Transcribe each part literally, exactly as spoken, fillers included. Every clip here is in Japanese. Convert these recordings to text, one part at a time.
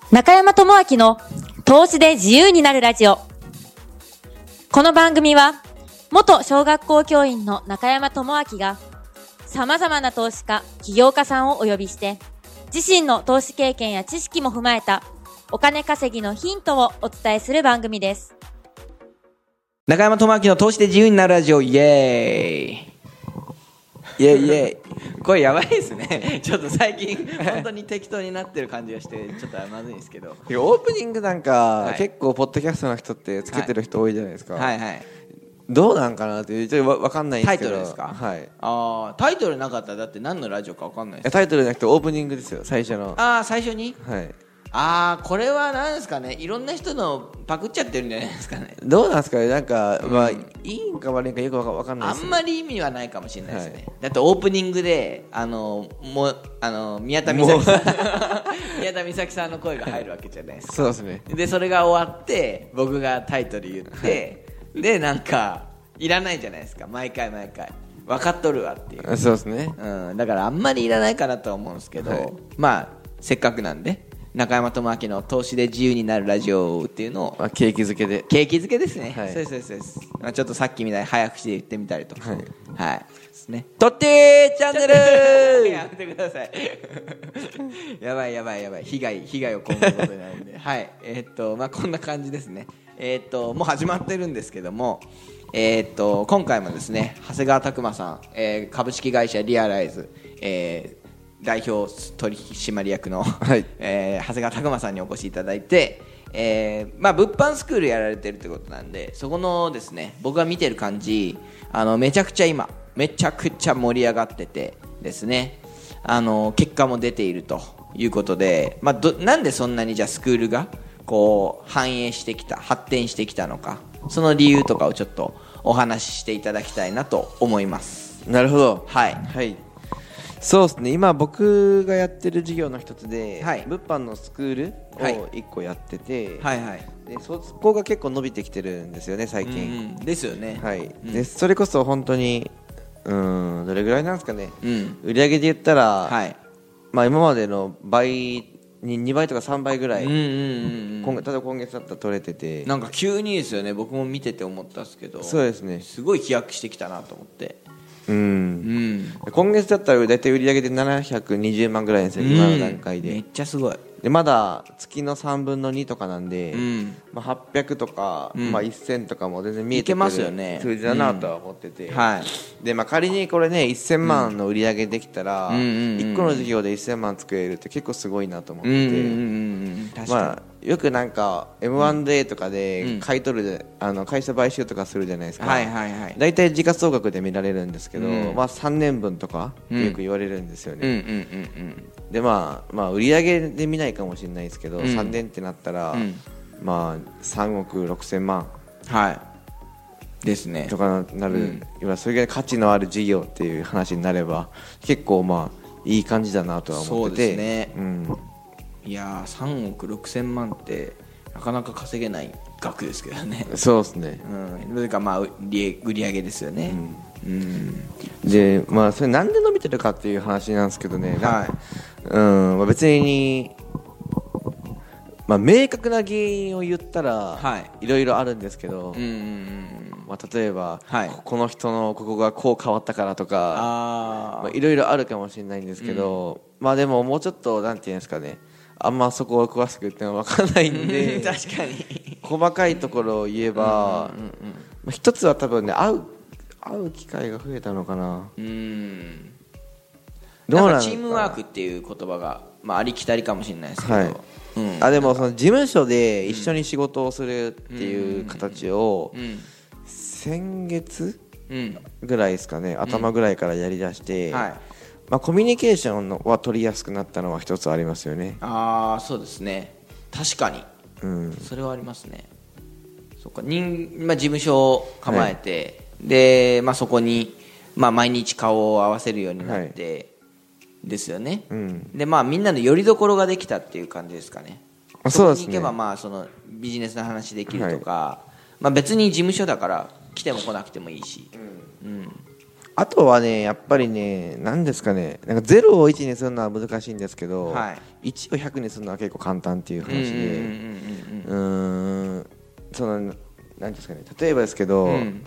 中山智明の投資で自由になるラジオ。この番組は元小学校教員の中山智明が様々な投資家、起業家さんをお呼びして自身の投資経験や知識も踏まえたお金稼ぎのヒントをお伝えする番組です。 中山智明の投資で自由になるラジオ、イエーイイエイイエイ。これやばいですね。ちょっと最近本当に適当になってる感じがしてちょっとまずいんですけど、 オープニングなんか、はい、結構ポッドキャストの人ってつけてる人多いじゃないですか。 はいはいはい、 どうなんかなってちょっと分かんないんですけど。 タイトルですか。 はい。 ああ、タイトルなかったらだって何のラジオか分かんないです。 タイトルじゃなくてオープニングですよ、最初の。 ああ、最初に。 はい。 ああ、これは何ですかね、いろんな人のパクっちゃってるんじゃないですかね。 どうなんですかね、なんか、うん、まあいいんか悪いんかよく分かんないです、ね、 あんまり意味はないかもしれないですね、はい、だってオープニングであのもあの宮田美咲さん宮田美咲さんの声が入るわけじゃないですか。 そうですね。 でそれが終わって僕がタイトル言って、はい、でなんかいらないじゃないですか、毎回毎回分かっとるわっていう。 そうですね、 うん、だからあんまりいらないかなとは思うんですけど、はい、まあせっかくなんで中山智明の投資で自由になるラジオっていうのを、 あ、景気づけで景気づけですね、はい、そうですそうです、まあ、ちょっとさっきみたいに早口で言ってみたりとか、はい、はい、ですね。とってーチャンネルやめてくださいやばいやばいやばい、被害被害を被ることになるんではい、えー、っとまあこんな感じですね。えー、っともう始まってるんですけども、えー、っと今回もですね、長谷川拓磨さん、えー、株式会社リアライズ、えー代表取締役の、はい、えー、長谷川拓磨さんにお越しいただいて、えーまあ、物販スクールやられてるってことなんで、そこのですね、僕が見てる感じ、あのめちゃくちゃ今めちゃくちゃ盛り上がっててですね、あの結果も出ているということで、まあ、どなんでそんなにじゃあスクールがこう繁栄してきた、発展してきたのか、その理由とかをちょっとお話ししていただきたいなと思います。 なるほど。 はい、 はい、そうですね、今僕がやってる事業の一つで、はい、物販のスクールをいっこやってて、はいはいはい、でそこが結構伸びてきてるんですよね最近、 うん、ですよね、 はい、 うん、 でそれこそ本当にうーんどれぐらいなんですかね、うん、売上で言ったら、はい、まあ、今までの倍ににばいとかさんばいぐらい、うんうんうんうん、ただ今月だったら取れてて、 なんか急にですよね、僕も見てて思ったんですけど、 そうですね、 すごい飛躍してきたなと思って、 うんうん、今月だったら大体売り上げでななひゃくにじゅうまんぐらいですよ、うん、今の段階で。 めっちゃすごい。 でまだ月のさんぶんのにとかなんで、うんまあ、はっぴゃくとか、うんまあ、せんとかも全然見えてくる数字だなとは思ってて、うんはい、でまあ、仮にこれねせんまんの売り上げできたら、うん、いっこの事業でせんまん作れるって結構すごいなと思ってて、うんうんうん、まあ、よくなんか エムアンドエー とかで買い取る、うん、あの会社買収とかするじゃないですか、はいはいはい、だいたい時価総額で見られるんですけど、うんまあ、さんねんぶんとかよく言われるんですよね、うんうんうんうん、でまあ、まあ売り上げで見ないかもしれないですけど、うん、さんねんってなったら、うんまあ、さんおくろくせんまん、はい、ですねとかなる、うん、それぐらい価値のある事業っていう話になれば結構まあいい感じだなとは思ってて、そうですね、うん、いやさんおくろくせんまんってなかなか稼げない額ですけどね。 そうですね、 うん、それかまあ売り売り上げですよね、うんうん、でまあそれなんで伸びてるかっていう話なんですけどね、はい、うんまあ、別にまあ、明確な原因を言ったらいろいろあるんですけど、うんうんうんまあ、例えば、はい、この人のここがこう変わったからとかいろいろあるかもしれないんですけど、うん、まあでももうちょっとなんていうんですかね、あんまそこを詳しく言っても分からないんで確かに細かいところを言えば、うんうんうんまあ、一つは多分ね会う、会う機会が増えたのかな。 うんどうなんかチームワークっていう言葉が、まあ、ありきたりかもしれないですけど、はいうん、 あでもその事務所で一緒に仕事をするっていう形を先月ぐらいですかね、頭ぐらいからやりだして、はいまあ、コミュニケーションは取りやすくなったのは一つありますよね。 ああそうですね、確かに、うん、それはありますね。そっか人、まあ、事務所を構えて、はい、で、まあ、そこに、まあ、毎日顔を合わせるようになって、はいですよね、うん、でまあみんなの拠り所ができたっていう感じですかね。そこに行けばまあそのビジネスの話できるとか、はいまあ、別に事務所だから来ても来なくてもいいし、うんうん、 あとはねやっぱりね何ですかねなんかゼロをいちにするのは難しいんですけど、はい、いちをひゃくにするのは結構簡単っていう話でうーんその何ですかね例えばですけど、うん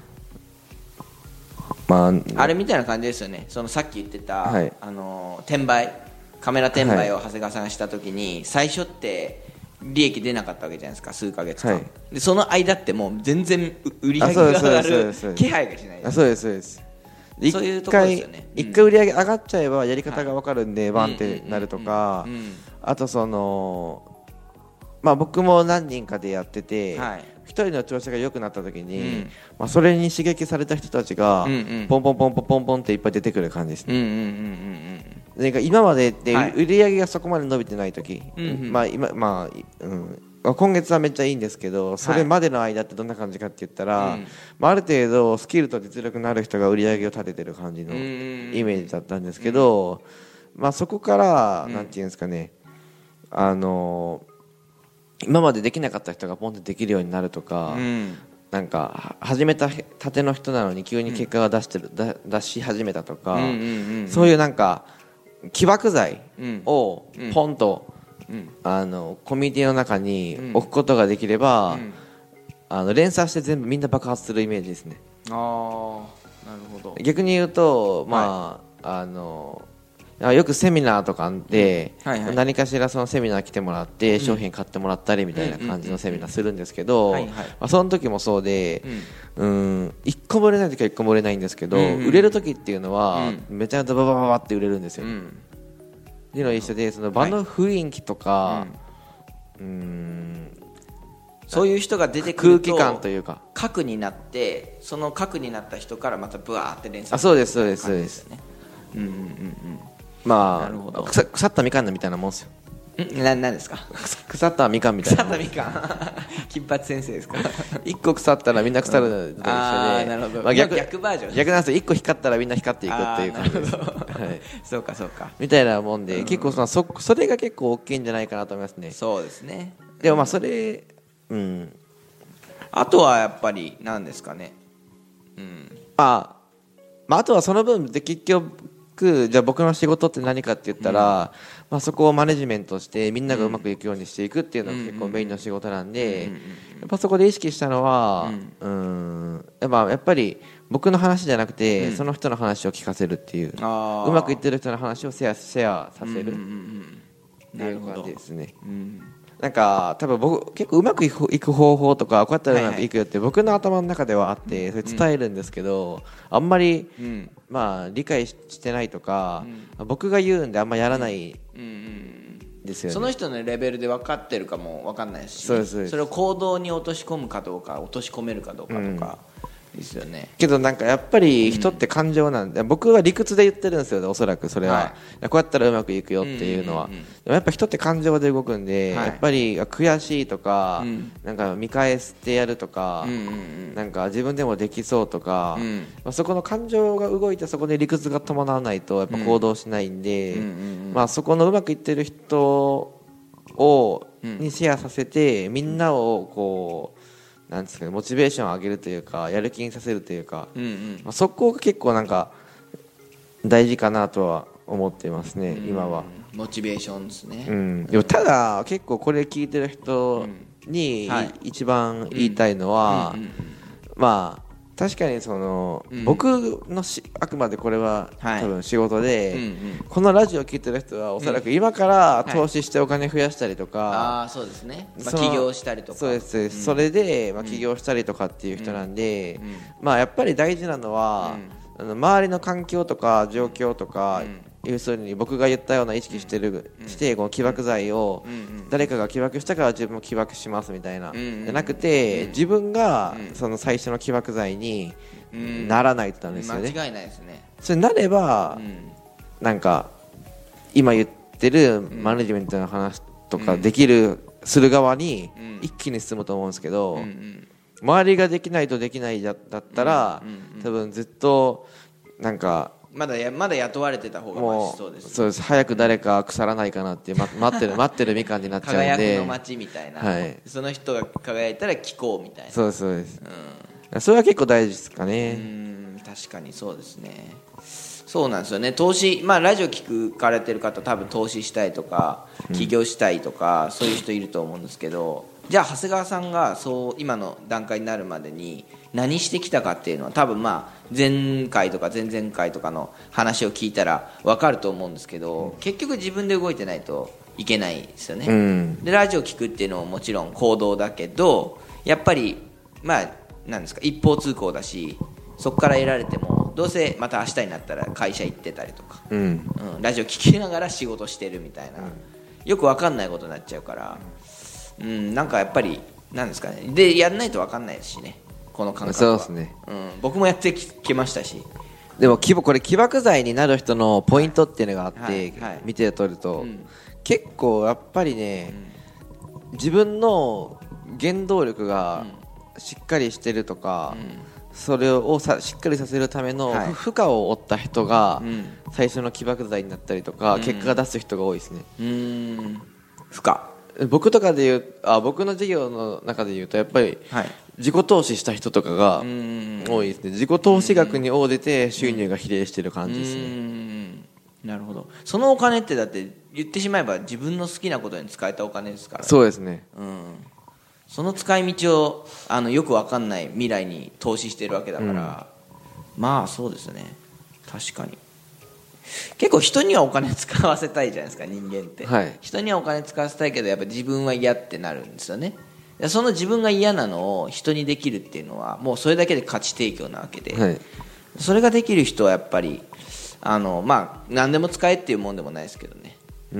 まあ、あれみたいな感じですよねそのさっき言ってた、はい、あの転売カメラ転売を長谷川さんがした時に、はい、最初って利益出なかったわけじゃないですか数ヶ月間、はい、でその間ってもう全然売り上げが上がる気配がしないです。 そうですそうですそういうところですよね。一回売り上げ上がっちゃえばやり方が分かるんで、はい、バンってなるとか、あとそのまあ僕も何人かでやってて、はい、一人の調子が良くなった時に、うんまあ、それに刺激された人たちが、うんうん、ポンポンポンポンポンポンっていっぱい出てくる感じですね。うんうんうんうん、なんか今までって売り上げがそこまで伸びてない時、はい、まあ今まあうん今月はめっちゃいいんですけどそれまでの間ってどんな感じかって言ったら、はいまあ、ある程度スキルと実力のある人が売り上げを立ててる感じのイメージだったんですけど、まあ、そこからなんていうんですかねあの今までできなかった人がポンとできるようになるとか、うん、なんか始めたたての人なのに急に結果が出してる、うん、出し始めたとか、うんうんうんうん、そういうなんか起爆剤をポンと、うん、あのコミュニティの中に置くことができれば、うん、あの連鎖して全部みんな爆発するイメージですね。 あーなるほど。 逆に言うと、まあはい、あのよくセミナーとかで、はいはい、何かしらそのセミナー来てもらって商品買ってもらったりみたいな感じのセミナーするんですけど、その時もそうで、うん、うんいっこも売れない時はいっこも売れないんですけど、うんうん、売れる時っていうのは、うん、めちゃめちゃババババって売れるんですよ、うん、っていうのが一緒でその場の雰囲気とか、はい、うん、うんそういう人が出てくると空気感というか核になってその核になった人からまたブワーって連鎖する、ね、そうですそうですそうです、うんうんうんうんまあ腐腐ったみかんみたいなもんですよ。 な何ですか腐ったみかんみたいな腐ったみかん金八先生ですか一個腐ったらみんな腐るのと一緒で、うん、あなるほど、まあ、逆, 逆バージョン逆なんですよ。一個光ったらみんな光っていくっていう感じです、はい、 そうかそうかみたいなもんで、うん、結構 そ, そ, それが結構大きいんじゃないかなと思いますね。 そうですね。 でもまあそれうんあとはやっぱり何ですかね、 うんあまあ、あとはその分で結局じゃあ僕の仕事って何かって言ったら、うんまあ、そこをマネジメントしてみんながうまくいくようにしていくっていうのが結構メインの仕事なんで、やっぱそこで意識したのは、うん、うんやっぱやっぱり僕の話じゃなくて、うん、その人の話を聞かせるっていう、うまくいってる人の話をシェア、シェアさせるっていう感じですね。なんか多分僕結構うまくいく方法とかこうやったらうまくいくよって僕の頭の中ではあってそれ伝えるんですけど、あんまりまあ理解してないとか僕が言うんであんまやらないですよね。 その人のレベルで分かってるかも分かんないし、ね、そ, それを行動に落とし込むかどうか落とし込めるかどうかとか、うん、ですよね。 けどなんかやっぱり人って感情なんで、うん、僕は理屈で言ってるんですよ。おそらくそれは、はい、こうやったらうまくいくよっていうのは、うんうんうん、でもやっぱ人って感情で動くんで、はい、やっぱり悔しいとか、うん、なんか見返してやるとか、うんうんうん、なんか自分でもできそうとか、うんまあ、そこの感情が動いてそこで理屈が伴わないとやっぱ行動しないんで、うんうんうんうんまあ、そこのうまくいってる人を、うん、にシェアさせてみんなをこうなんですかね、モチベーションを上げるというかやる気にさせるというか、うんうんまあ、そこが結構なんか大事かなとは思ってますね、うん、今はモチベーションですね、 うん、でもただ結構これ聞いてる人に一番言いたいのはまあ確かにその、うん、僕のしあくまでこれは、はい、多分仕事で、うんうん、このラジオを聞いてる人はおそらく今から投資してお金増やしたりとか、はい、 あそうですね、まあ、起業したりとかそうです、うん、それで、まあ、起業したりとかっていう人なんで、うんうん、まあやっぱり大事なのは、うん、あの周りの環境とか状況とか、うん要するに僕が言ったような意識してる、うん、してこの起爆剤を誰かが起爆したから自分も起爆しますみたいな、うん、じゃなくて、うん、自分がその最初の起爆剤にならないとダメですよね、 うん、間違いないですね。 それなれば、うん、なんか今言ってるマネジメントの話とかできる、うん、する側に一気に進むと思うんですけど、うんうん、周りができないとできないだったら、うんうんうん、多分ずっとなんかまだやまだ雇われてた方がマシそうです、ね、 そうです早く誰か腐らないかなって、ま、待ってる待ってるみかんになっちゃうんで輝くの街みたいな、はい、その人が輝いたら聞こうみたいなそうですそうです、うん、 それは結構大事ですかね。 うん、確かにそうですね。そうなんですよね。投資、まあラジオ聞かれてる方多分投資したいとか起業したいとか、うん、そういう人いると思うんですけど、じゃあ長谷川さんがそう今の段階になるまでに何してきたかっていうのは多分まあ前回とか前々回とかの話を聞いたら分かると思うんですけど、うん、結局自分で動いてないといけないですよね、うん、でラジオ聞くっていうのももちろん行動だけど、やっぱりまあなんですか、一方通行だし、そこから得られてもどうせまた明日になったら会社行ってたりとか、うんうん、ラジオ聞きながら仕事してるみたいな、うん、よく分かんないことになっちゃうから、うん、なんかやっぱりなんですかね、でやんないと分かんないですしね、この感覚は。 そうですね、 うん、僕もやってきましたし。 でもこれ起爆剤になる人のポイントっていうのがあって、はいはい、見て取ると、うん、結構やっぱりね、うん、自分の原動力がしっかりしてるとか、うん、それをさしっかりさせるための負荷を負った人が最初の起爆剤になったりとか、うん、結果が出す人が多いですね。 うーん、負荷。 僕とかで言うあ僕の授業の中で言うとやっぱり自己投資した人とかが多いですね。自己投資額に応じて収入が比例してる感じですね。うーん、なるほど。そのお金ってだって言ってしまえば自分の好きなことに使えたお金ですから、ね、 そうですね、 うん、その使い道をあのよく分かんない未来に投資してるわけだから、うん、まあそうですね、確かに結構人にはお金使わせたいじゃないですか、人間って、はい、人にはお金使わせたいけどやっぱ自分は嫌ってなるんですよね。その自分が嫌なのを人にできるっていうのはもうそれだけで価値提供なわけで、はい、それができる人はやっぱりあのまあ何でも使えっていうもんでもないですけどね、うん、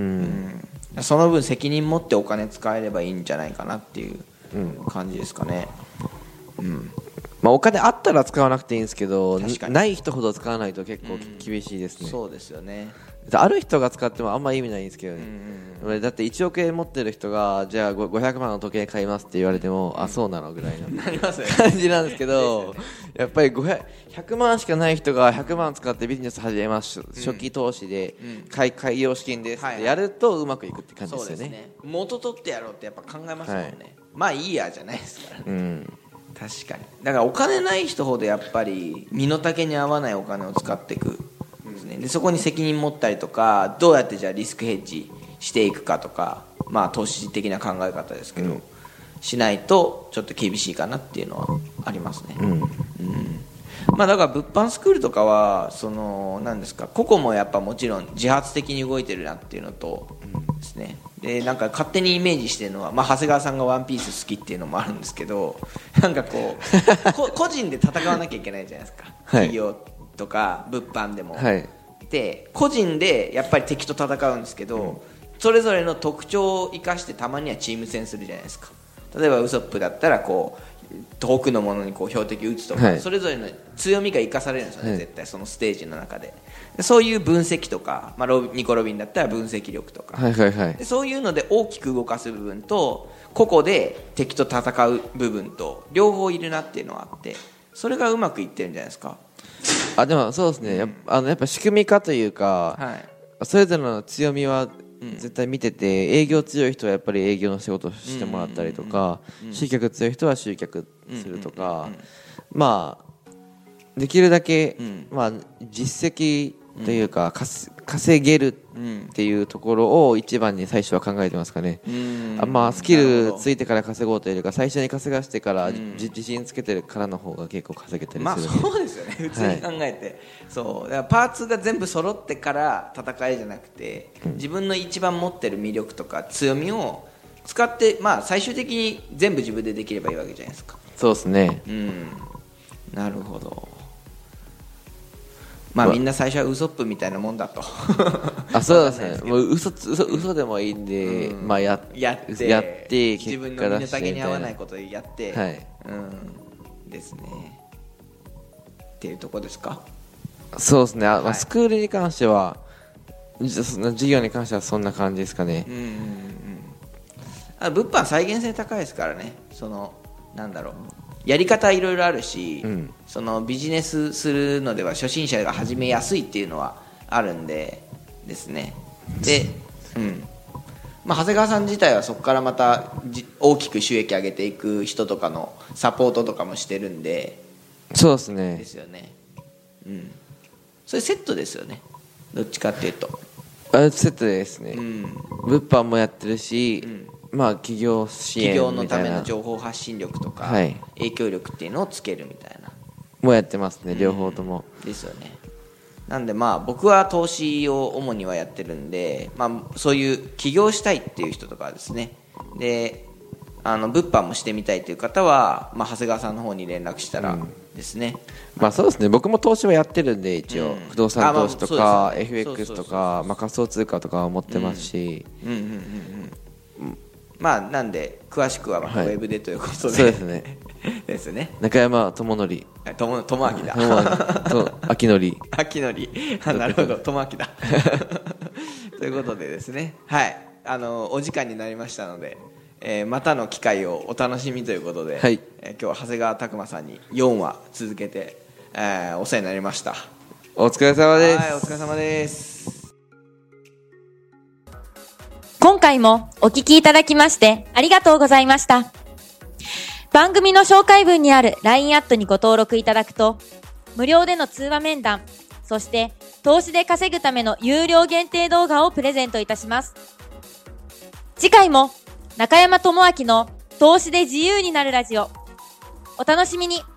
うん、その分責任持ってお金使えればいいんじゃないかなっていう感じですかね、うんうん、 まあ、お金あったら使わなくていいんですけど、ない人ほど使わないと結構厳しいですね、 うん、そうですよね。 ある人が使ってもあんまり意味ないんですけどね、うんうん、だっていちおくえん持ってる人がじゃあごひゃくまんの時計買いますって言われても、うん、あそうなのぐらいの感じなんですけど、やっぱりひゃくまんしかない人がひゃくまん使ってビジネス始めます、うん、初期投資で買い開業資金ですってやるとうまくいくって感じですよね、はいはい、そうですね。 元取ってやろうってやっぱ考えますもんね、はい、まあいいやじゃないですからね、うん、確かに。だからお金ない人ほどやっぱり身の丈に合わないお金を使っていくんですね。でそこに責任持ったりとか、どうやってじゃあリスクヘッジしていくかとか、まあ投資的な考え方ですけど、うん、しないとちょっと厳しいかなっていうのはありますね、うんうん、まあだから物販スクールとかはその何ですか、個々もやっぱもちろん自発的に動いてるなっていうのとですね、でなんか勝手にイメージしてるのは、まあ、長谷川さんがワンピース好きっていうのもあるんですけど、なんかこうこ個人で戦わなきゃいけないじゃないですか、はい、企業とか物販でも、はい、で個人でやっぱり敵と戦うんですけど、うん、それぞれの特徴を生かしてたまにはチーム戦するじゃないですか。例えばウソップだったらこう遠くのものにこう標的を打つとか、はい、それぞれの強みが生かされるんですよね、はい、絶対そのステージの中で。でそういう分析とか、まあ、ロニコ・ロビンだったら分析力とか、はいはいはい、でそういうので大きく動かす部分と個々で敵と戦う部分と両方いるなっていうのはあって、それがうまくいってるんじゃないですか。 あでもそうですね、うん、やっぱあのやっぱ仕組み化というか、はい、それぞれの強みは絶対見てて、営業強い人はやっぱり営業の仕事をしてもらったりとか、集客強い人は集客するとか、まあできるだけ、まあ、実績というか稼げるっていうところを一番に最初は考えてますかね。あまあスキルついてから稼ごうというか、最初に稼がしてから自信つけてからの方が結構稼げたりする。 まあそうですよね、普通に考えて、はい、そうだからパーツが全部揃ってから戦いじゃなくて、うん、自分の一番持ってる魅力とか強みを使って、まあ最終的に全部自分でできればいいわけじゃないですか。 そうですね、 うん、なるほど。まあみんな最初はウソップみたいなもんだとあそうですね、もう嘘嘘嘘でもいいんで、うん、まあややってやって自分の身の丈に合わないことをやって、はい、うんですねっていうとこですか。 そうですね、はい、まあ、スクールに関しては授業に関してはそんな感じですかね。うんうんうん、 あ物販再現性高いですからね。そのなんだろう、やり方いろいろあるし、うん、そのビジネスするのでは初心者が始めやすいっていうのはあるんでですね。で、うん、 まあ、長谷川さん自体はそこからまた大きく収益上げていく人とかのサポートとかもしてるんで。 そうですね。 ですよね。うん。それセットですよね。どっちかっていうと。 あ、セットですね。うん、物販もやってるし、うん、まあ企業支援みたいな。 企業のための情報発信力とか、はい、影響力っていうのをつけるみたいな。 もうやってますね、両方とも。 うん、ですよね。なんでまあ僕は投資を主にはやってるんで、まあ、そういう起業したいっていう人とかはですね、であの物販もしてみたいという方は、まあ、長谷川さんの方に連絡したらですね、 うん、まあそうですね、僕も投資はやってるんで一応、うん、不動産投資とか、まあね、エフエックス とか、まあ、仮想通貨とかは持ってますし、うんうんうんうん、まあなんで詳しくはまたウェブでということで、はい、 そうですねですね。 中山智則、 ともともあきだ。 とあきのり。 あきのり。なるほど、ともあきだ。ということでですね、はい、あのお時間になりましたので、えー、またの機会をお楽しみということで、はい、えー、今日は長谷川拓磨さんによんわ続けて、えー、お世話になりました。 お疲れ様です。 はい、お疲れ様です。 今回もお聞きいただきましてありがとうございました。番組の紹介文にある ライン アットにご登録いただくと、無料での通話面談、そして投資で稼ぐための有料限定動画をプレゼントいたします。次回も中山智明の投資で自由になるラジオ、お楽しみに。